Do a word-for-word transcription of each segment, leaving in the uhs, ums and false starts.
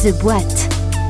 The Boîte.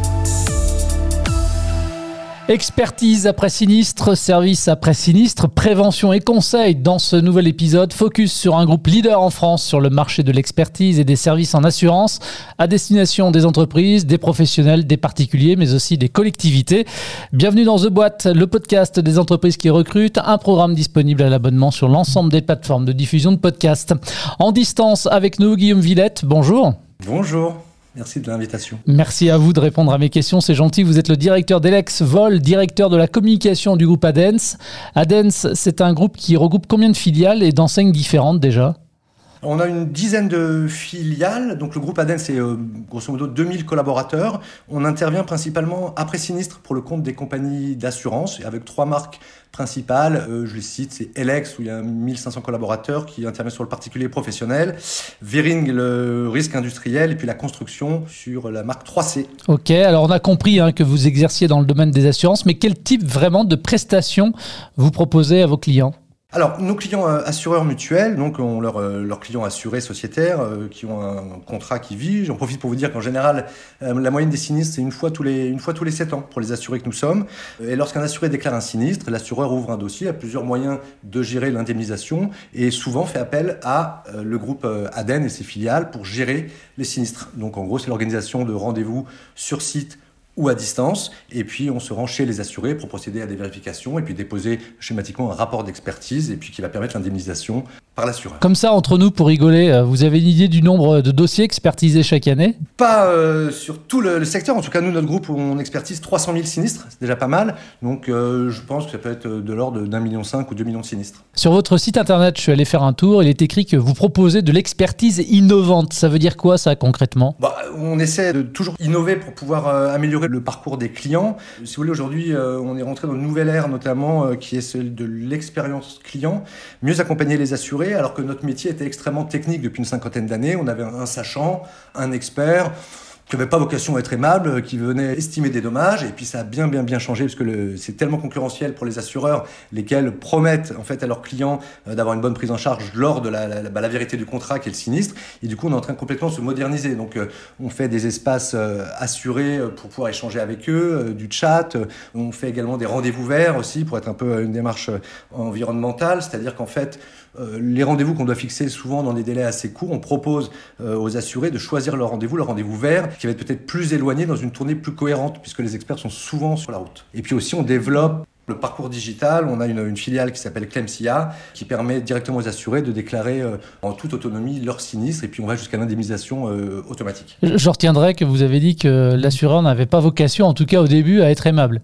Expertise après sinistre, service après sinistre, prévention et conseils. Dans ce nouvel épisode, focus sur un groupe leader en France sur le marché de l'expertise et des services en assurance à destination des entreprises, des professionnels, des particuliers, mais aussi des collectivités. Bienvenue dans The Boîte, le podcast des entreprises qui recrutent, un programme disponible à l'abonnement sur l'ensemble des plateformes de diffusion de podcasts. En distance avec nous, Guillaume Villette, bonjour. Bonjour. Merci de l'invitation. Merci à vous de répondre à mes questions, c'est gentil. Vous êtes le directeur d'Elex Vol, directeur de la communication du groupe Adens. Adens, c'est un groupe qui regroupe combien de filiales et d'enseignes différentes déjà ? On a une dizaine de filiales, donc le groupe Adens c'est euh, grosso modo deux mille collaborateurs. On intervient principalement après sinistre pour le compte des compagnies d'assurance avec trois marques principales. Euh, je les cite, c'est Elex où il y a mille cinq cents collaborateurs qui interviennent sur le particulier professionnel, Vering le risque industriel et puis la construction sur la marque trois C. Ok, alors on a compris hein, que vous exerciez dans le domaine des assurances, mais quel type vraiment de prestations vous proposez à vos clients ? Alors, nos clients euh, assureurs mutuels, donc on leur, euh, leurs clients assurés sociétaires euh, qui ont un contrat qui vit. J'en profite pour vous dire qu'en général, euh, la moyenne des sinistres, c'est une fois tous les une fois tous les sept ans pour les assurés que nous sommes. Et lorsqu'un assuré déclare un sinistre, l'assureur ouvre un dossier, a plusieurs moyens de gérer l'indemnisation et souvent fait appel à euh, le groupe euh, Adens et ses filiales pour gérer les sinistres. Donc en gros, c'est l'organisation de rendez-vous sur site ou à distance, et puis on se rend chez les assurés pour procéder à des vérifications et puis déposer schématiquement un rapport d'expertise et puis qui va permettre l'indemnisation par l'assureur. Comme ça, entre nous, pour rigoler, vous avez une idée du nombre de dossiers expertisés chaque année ? Pas euh, sur tout le, le secteur, en tout cas nous, notre groupe, on expertise trois cent mille sinistres, c'est déjà pas mal, donc euh, je pense que ça peut être de l'ordre d'un million cinq ou deux millions de sinistres. Sur votre site internet, je suis allé faire un tour, il est écrit que vous proposez de l'expertise innovante. Ça veut dire quoi ça concrètement ? Bah, on essaie de toujours innover pour pouvoir euh, améliorer le parcours des clients. Si vous voulez, aujourd'hui, euh, on est rentré dans une nouvelle ère, notamment, euh, qui est celle de l'expérience client. Mieux accompagner les assurés, alors que notre métier était extrêmement technique depuis une cinquantaine d'années. On avait un sachant, un expert, qui n'avait pas vocation à être aimable, qui venait estimer des dommages, et puis ça a bien bien bien changé parce que le, c'est tellement concurrentiel pour les assureurs, lesquels promettent en fait à leurs clients euh, d'avoir une bonne prise en charge lors de la, la, la, bah, la vérité du contrat qui est le sinistre, et du coup on est en train de complètement se moderniser. Donc euh, on fait des espaces euh, assurés pour pouvoir échanger avec eux, euh, du chat, euh, on fait également des rendez-vous verts aussi pour être un peu une démarche euh, environnementale, c'est-à-dire qu'en fait Euh, les rendez-vous qu'on doit fixer souvent dans des délais assez courts, on propose euh, aux assurés de choisir leur rendez-vous, leur rendez-vous vert, qui va être peut-être plus éloigné dans une tournée plus cohérente, puisque les experts sont souvent sur la route. Et puis aussi, on développe le parcours digital. On a une, une filiale qui s'appelle Clemsia, qui permet directement aux assurés de déclarer euh, en toute autonomie leur sinistre, et puis on va jusqu'à l'indemnisation euh, automatique. Je retiendrai que vous avez dit que l'assureur n'avait pas vocation, en tout cas au début, à être aimable.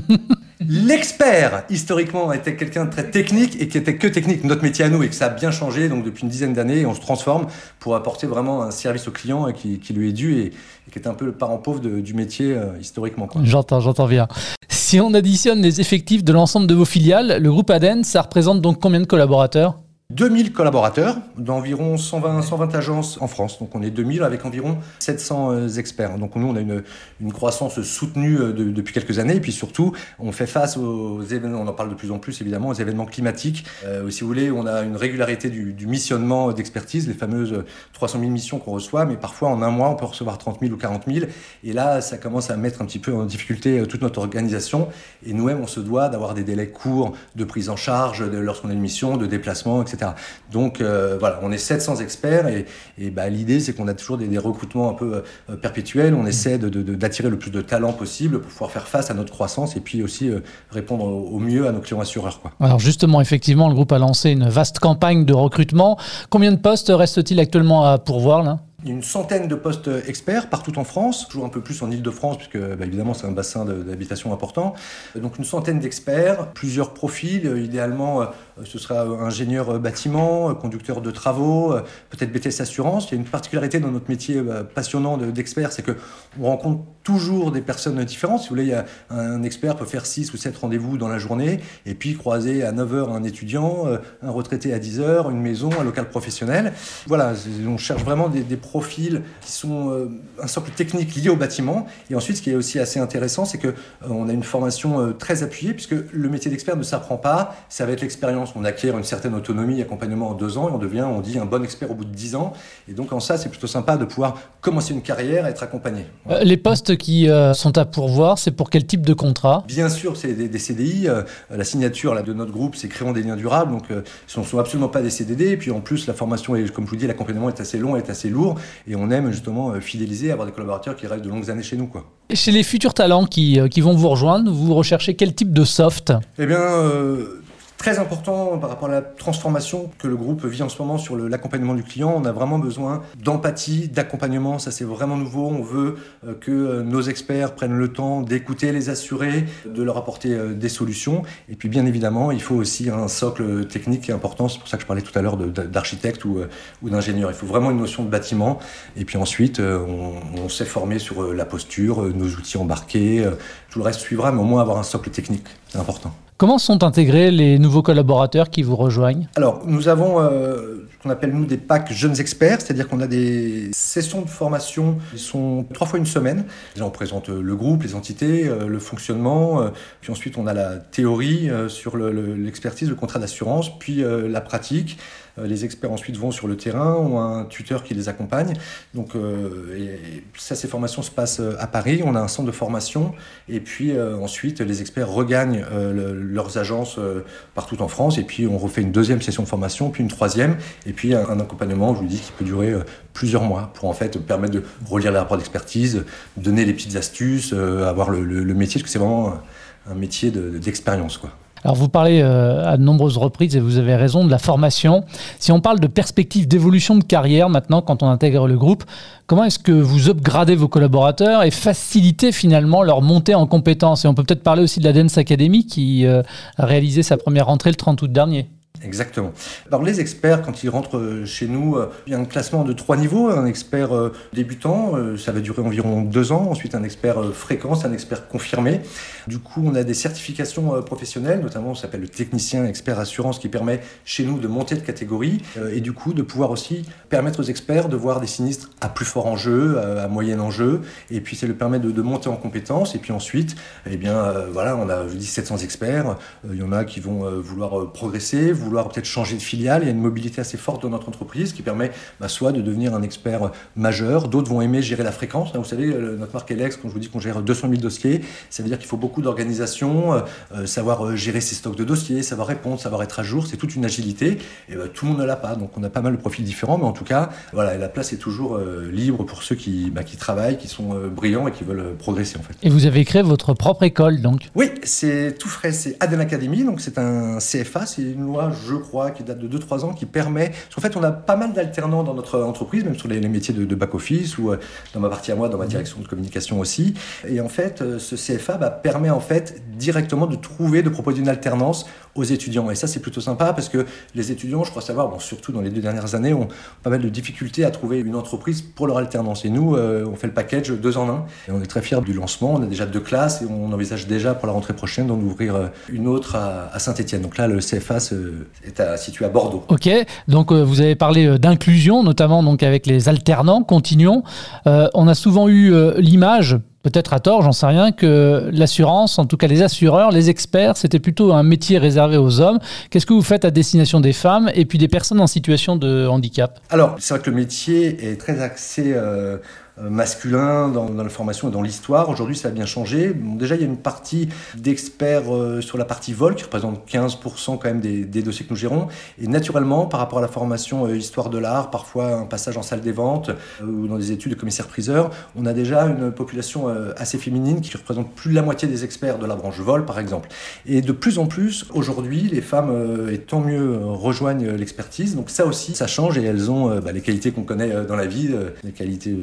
L'expert, historiquement, était quelqu'un de très technique et qui était que technique, notre métier à nous, et que ça a bien changé donc depuis une dizaine d'années, et on se transforme pour apporter vraiment un service au client qui, qui lui est dû et, et qui est un peu le parent pauvre de, du métier euh, historiquement, quoi. J'entends, j'entends bien. Si on additionne les effectifs de l'ensemble de vos filiales, le groupe Adens, ça représente donc combien de collaborateurs ? deux mille collaborateurs d'environ cent vingt, cent vingt agences en France. Donc on est deux mille avec environ sept cents euh, experts. Donc nous on a une, une croissance soutenue euh, de, depuis quelques années. Et puis surtout on fait face aux événements, on en parle de plus en plus évidemment, aux événements climatiques. Euh, si vous voulez, on a une régularité du, du missionnement d'expertise, les fameuses trois cent mille missions qu'on reçoit. Mais parfois en un mois on peut recevoir trente mille ou quarante mille. Et là ça commence à mettre un petit peu en difficulté euh, toute notre organisation. Et nous-mêmes on se doit d'avoir des délais courts de prise en charge de, lorsqu'on a une mission, de déplacement, et cetera. Donc euh, voilà, on est sept cents experts et, et bah, l'idée c'est qu'on a toujours des, des recrutements un peu euh, perpétuels. On essaie de, de, de, d'attirer le plus de talents possible pour pouvoir faire face à notre croissance et puis aussi euh, répondre au, au mieux à nos clients assureurs, quoi. Alors justement, effectivement, le groupe a lancé une vaste campagne de recrutement. Combien de postes reste-t-il actuellement à pourvoir là ? Il y a une centaine de postes experts partout en France, toujours un peu plus en Île-de-France, puisque bah, évidemment c'est un bassin de, d'habitation important. Donc une centaine d'experts, plusieurs profils, idéalement ce sera ingénieur bâtiment, conducteur de travaux, peut-être B T S Assurance. Il y a une particularité dans notre métier passionnant d'experts, c'est qu'on rencontre toujours des personnes différentes. Si vous voulez, il y a un expert peut faire six ou sept rendez-vous dans la journée et puis croiser à neuf heures un étudiant, un retraité à dix heures, une maison, un local professionnel. Voilà, on cherche vraiment des, des profils qui sont euh, un socle technique lié au bâtiment. Et ensuite, ce qui est aussi assez intéressant, c'est qu'on euh, a une formation euh, très appuyée puisque le métier d'expert ne s'apprend pas. C'est avec l'expérience qu'on acquiert une certaine autonomie, accompagnement en deux ans et on devient, on dit, un bon expert au bout de dix ans. Et donc en ça, c'est plutôt sympa de pouvoir commencer une carrière et être accompagné. Voilà. Euh, les postes qui euh, sont à pourvoir, c'est pour quel type de contrat ? Bien sûr, c'est des, des C D I. Euh, la signature là, de notre groupe, c'est Créons des liens durables. Donc, euh, ce ne sont absolument pas des C D D. Et puis, en plus, la formation, est, comme je vous dis, l'accompagnement est assez long, est assez lourd. Et on aime justement euh, fidéliser, avoir des collaborateurs qui restent de longues années chez nous, quoi. Et chez les futurs talents qui, euh, qui vont vous rejoindre, vous recherchez quel type de soft ? Eh bien... Euh Très important par rapport à la transformation que le groupe vit en ce moment sur le, l'accompagnement du client. On a vraiment besoin d'empathie, d'accompagnement. Ça, c'est vraiment nouveau. On veut euh, que euh, nos experts prennent le temps d'écouter les assurés, de leur apporter euh, des solutions. Et puis, bien évidemment, il faut aussi un socle technique qui est important. C'est pour ça que je parlais tout à l'heure de, d'architecte ou, euh, ou d'ingénieur. Il faut vraiment une notion de bâtiment. Et puis ensuite, euh, on, on s'est formé sur euh, la posture, euh, nos outils embarqués. Euh, tout le reste suivra, mais au moins avoir un socle technique. C'est important. Comment sont intégrés les nouveaux collaborateurs qui vous rejoignent ? Alors, nous avons euh, ce qu'on appelle, nous, des packs jeunes experts, c'est-à-dire qu'on a des sessions de formation qui sont trois fois une semaine. Déjà, on présente le groupe, les entités, euh, le fonctionnement, euh, puis ensuite, on a la théorie euh, sur le, le, l'expertise, le contrat d'assurance, puis euh, la pratique. Euh, les experts ensuite vont sur le terrain, ont un tuteur qui les accompagne. Donc, euh, et, et ça, ces formations se passent à Paris. On a un centre de formation, et puis euh, ensuite, les experts regagnent euh, le, leurs agences euh, partout en France, et puis on refait une deuxième session de formation, puis une troisième, et puis un, un accompagnement, je vous dis, qui peut durer euh, plusieurs mois pour en fait permettre de relire les rapports d'expertise, donner les petites astuces, euh, avoir le, le, le métier, parce que c'est vraiment un, un métier de, d'expérience, quoi. Alors vous parlez euh, à de nombreuses reprises, et vous avez raison, de la formation. Si on parle de perspective d'évolution de carrière maintenant, quand on intègre le groupe, comment est-ce que vous upgradez vos collaborateurs et facilitez finalement leur montée en compétences ? Et on peut peut-être parler aussi de la Dance Academy qui euh, a réalisé sa première rentrée le trente août dernier. Exactement. Alors les experts, quand ils rentrent chez nous, il y a un classement de trois niveaux. Un expert débutant, ça va durer environ deux ans. Ensuite, un expert fréquent, c'est un expert confirmé. Du coup, on a des certifications professionnelles, notamment ça s'appelle le technicien expert assurance, qui permet chez nous de monter de catégorie et du coup de pouvoir aussi permettre aux experts de voir des sinistres à plus fort enjeu, à moyen enjeu. Et puis, ça leur permet de, de monter en compétences. Et puis ensuite, eh bien, euh, voilà, on a, je dis, sept cents experts. Il y en a qui vont euh, vouloir progresser, vouloir vouloir peut-être changer de filiale. Il y a une mobilité assez forte dans notre entreprise qui permet bah, soit de devenir un expert majeur, d'autres vont aimer gérer la fréquence. Là, vous savez, notre marque Elex, quand je vous dis qu'on gère deux cent mille dossiers, ça veut dire qu'il faut beaucoup d'organisation, euh, savoir gérer ses stocks de dossiers, savoir répondre, savoir être à jour, c'est toute une agilité. Et bah, tout le monde ne l'a pas, donc on a pas mal de profils différents, mais en tout cas, voilà, la place est toujours euh, libre pour ceux qui, bah, qui travaillent, qui sont euh, brillants et qui veulent progresser en fait. Et vous avez créé votre propre école donc ? Oui, c'est tout frais, c'est Aden Academy, donc c'est un C F A, c'est une loi, je crois, qui date de deux trois ans, qui permet... Parce qu'en fait, on a pas mal d'alternants dans notre entreprise, même sur les, les métiers de, de back-office, ou euh, dans ma partie à moi, dans ma direction de communication aussi. Et en fait, euh, ce C F A bah, permet en fait directement de trouver, de proposer une alternance aux étudiants. Et ça, c'est plutôt sympa, parce que les étudiants, je crois savoir, bon, surtout dans les deux dernières années, ont pas mal de difficultés à trouver une entreprise pour leur alternance. Et nous, euh, on fait le package deux en un. Et on est très fiers du lancement. On a déjà deux classes, et on envisage déjà pour la rentrée prochaine d'en ouvrir une autre à, à Saint-Étienne. Donc là, le C F A se, est à, situé à Bordeaux. Ok, donc euh, vous avez parlé euh, d'inclusion, notamment donc avec les alternants. Continuons. Euh, on a souvent eu euh, l'image, peut-être à tort, j'en sais rien, que l'assurance, en tout cas les assureurs, les experts, c'était plutôt un métier réservé aux hommes. Qu'est-ce que vous faites à destination des femmes et puis des personnes en situation de handicap ? Alors, c'est vrai que le métier est très axé euh, masculin dans, dans la formation et dans l'histoire. Aujourd'hui, ça a bien changé. Bon, déjà, il y a une partie d'experts euh, sur la partie vol qui représente quinze pour cent quand même des, des dossiers que nous gérons. Et naturellement, par rapport à la formation euh, histoire de l'art, parfois un passage en salle des ventes euh, ou dans des études de commissaire-priseur, on a déjà une population euh, assez féminine qui représente plus de la moitié des experts de la branche vol, par exemple. Et de plus en plus, aujourd'hui, les femmes, euh, et tant mieux, euh, rejoignent l'expertise. Donc ça aussi, ça change et elles ont euh, bah, les qualités qu'on connaît euh, dans la vie, euh, les qualités d'empathie,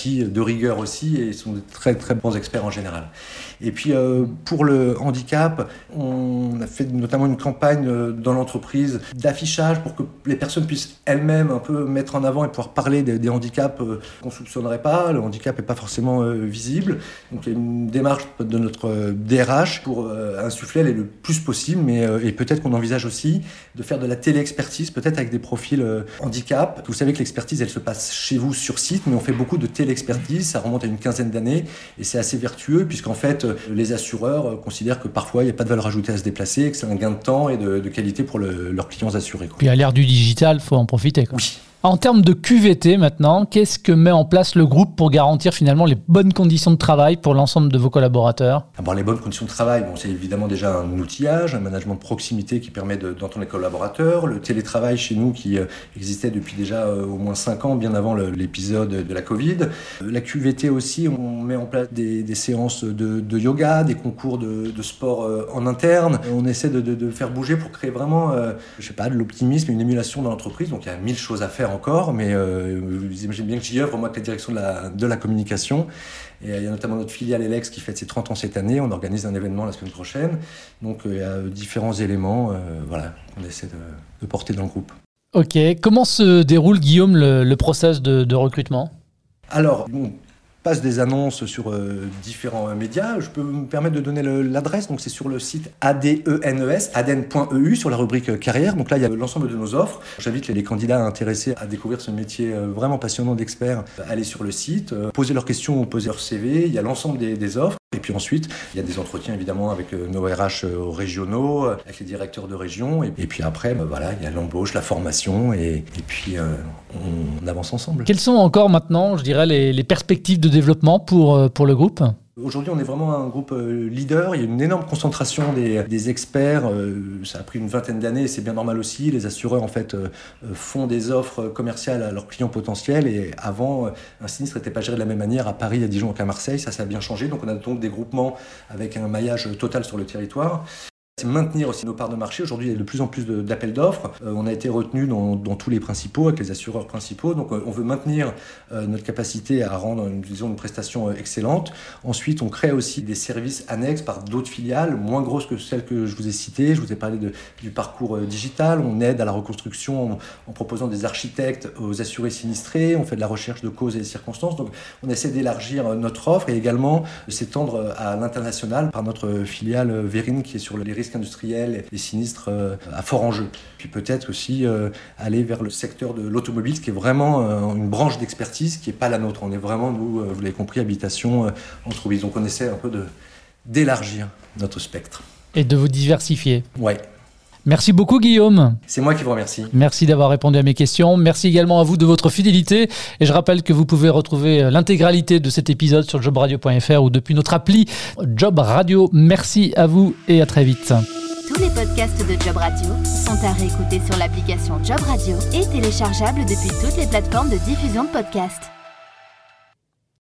d'empathie, de rigueur aussi, et ils sont de très très bons experts en général. Et puis euh, pour le handicap, on a fait notamment une campagne dans l'entreprise d'affichage pour que les personnes puissent elles-mêmes un peu mettre en avant et pouvoir parler des, des handicaps euh, qu'on ne soupçonnerait pas. Le handicap n'est pas forcément euh, visible. Donc il y a une démarche de notre euh, D R H pour euh, insuffler aller le plus possible, mais euh, et peut-être qu'on envisage aussi de faire de la télé-expertise, peut-être avec des profils euh, handicap. Vous savez que l'expertise, elle se passe chez vous sur site, mais on fait beaucoup de télé-expertise. Ça remonte à une quinzaine d'années et c'est assez vertueux puisqu'en fait, les assureurs considèrent que parfois il n'y a pas de valeur ajoutée à se déplacer, que c'est un gain de temps et de, de qualité pour le, leurs clients assurés, quoi. Puis à l'ère du digital, il faut en profiter, quoi. Oui. En termes de Q V T maintenant, qu'est-ce que met en place le groupe pour garantir finalement les bonnes conditions de travail pour l'ensemble de vos collaborateurs ? Ah bon, les bonnes conditions de travail, bon, c'est évidemment déjà un outillage, un management de proximité qui permet de, d'entendre les collaborateurs, le télétravail chez nous qui euh, existait depuis déjà euh, au moins cinq ans, bien avant le, l'épisode de la Covid. Euh, la Q V T aussi, on met en place des, des séances de, de yoga, des concours de, de sport euh, en interne. On essaie de, de, de faire bouger pour créer vraiment, euh, je sais pas, de l'optimisme, une émulation dans l'entreprise. Donc il y a mille choses à faire encore, mais euh, vous imaginez bien que j'y œuvre, moi, avec la direction de la, de la communication. Et il y a notamment notre filiale Elex qui fête ses trente ans cette année. On organise un événement la semaine prochaine. Donc il y a différents éléments euh, voilà, qu'on essaie de, de porter dans le groupe. Ok. Comment se déroule, Guillaume, le, le process de, de recrutement ? Alors, bon, passe des annonces sur euh, différents médias. Je peux me permettre de donner le, l'adresse. Donc c'est sur le site A D E N E S, aden point e u, sur la rubrique euh, carrière. Donc là, il y a l'ensemble de nos offres. J'invite les, les candidats intéressés à découvrir ce métier euh, vraiment passionnant d'expert, à aller sur le site, euh, poser leurs questions ou poser leur C V. Il y a l'ensemble des, des offres. Et puis ensuite, il y a des entretiens évidemment avec euh, nos R H euh, régionaux, euh, avec les directeurs de région. Et, et puis après, bah, voilà, il y a l'embauche, la formation, et, et puis euh, on, on avance ensemble. Quelles sont encore maintenant, je dirais, les, les perspectives de développement pour, pour le groupe ? Aujourd'hui, on est vraiment un groupe euh, leader. Il y a une énorme concentration des, des experts. Euh, ça a pris une vingtaine d'années et c'est bien normal aussi. Les assureurs, en fait, euh, font des offres commerciales à leurs clients potentiels. Et avant, euh, un sinistre n'était pas géré de la même manière à Paris, à Dijon qu'à Marseille. Ça, ça a bien changé. Donc, on a donc des groupements avec un maillage total sur le territoire. C'est maintenir aussi nos parts de marché. Aujourd'hui, il y a de plus en plus de, d'appels d'offres. Euh, on a été retenu dans, dans tous les principaux, avec les assureurs principaux. Donc, euh, on veut maintenir euh, notre capacité à rendre une, disons, une prestation euh, excellente. Ensuite, on crée aussi des services annexes par d'autres filiales, moins grosses que celles que je vous ai citées. Je vous ai parlé de, du parcours euh, digital. On aide à la reconstruction en, en proposant des architectes aux assurés sinistrés. On fait de la recherche de causes et de circonstances. Donc, on essaie d'élargir euh, notre offre et également de s'étendre à l'international par notre filiale euh, Vérine qui est sur les risques industriels et sinistres euh, à fort enjeu. Puis peut-être aussi euh, aller vers le secteur de l'automobile, ce qui est vraiment euh, une branche d'expertise qui n'est pas la nôtre. On est vraiment, nous, euh, vous l'avez compris, habitation, euh, entreprise. Donc on essaie un peu de, d'élargir notre spectre. Et de vous diversifier. Ouais. Merci beaucoup, Guillaume. C'est moi qui vous remercie. Merci d'avoir répondu à mes questions. Merci également à vous de votre fidélité. Et je rappelle que vous pouvez retrouver l'intégralité de cet épisode sur job radio point f r ou depuis notre appli Job Radio. Merci à vous et à très vite. Tous les podcasts de Job Radio sont à réécouter sur l'application Job Radio et téléchargeables depuis toutes les plateformes de diffusion de podcasts.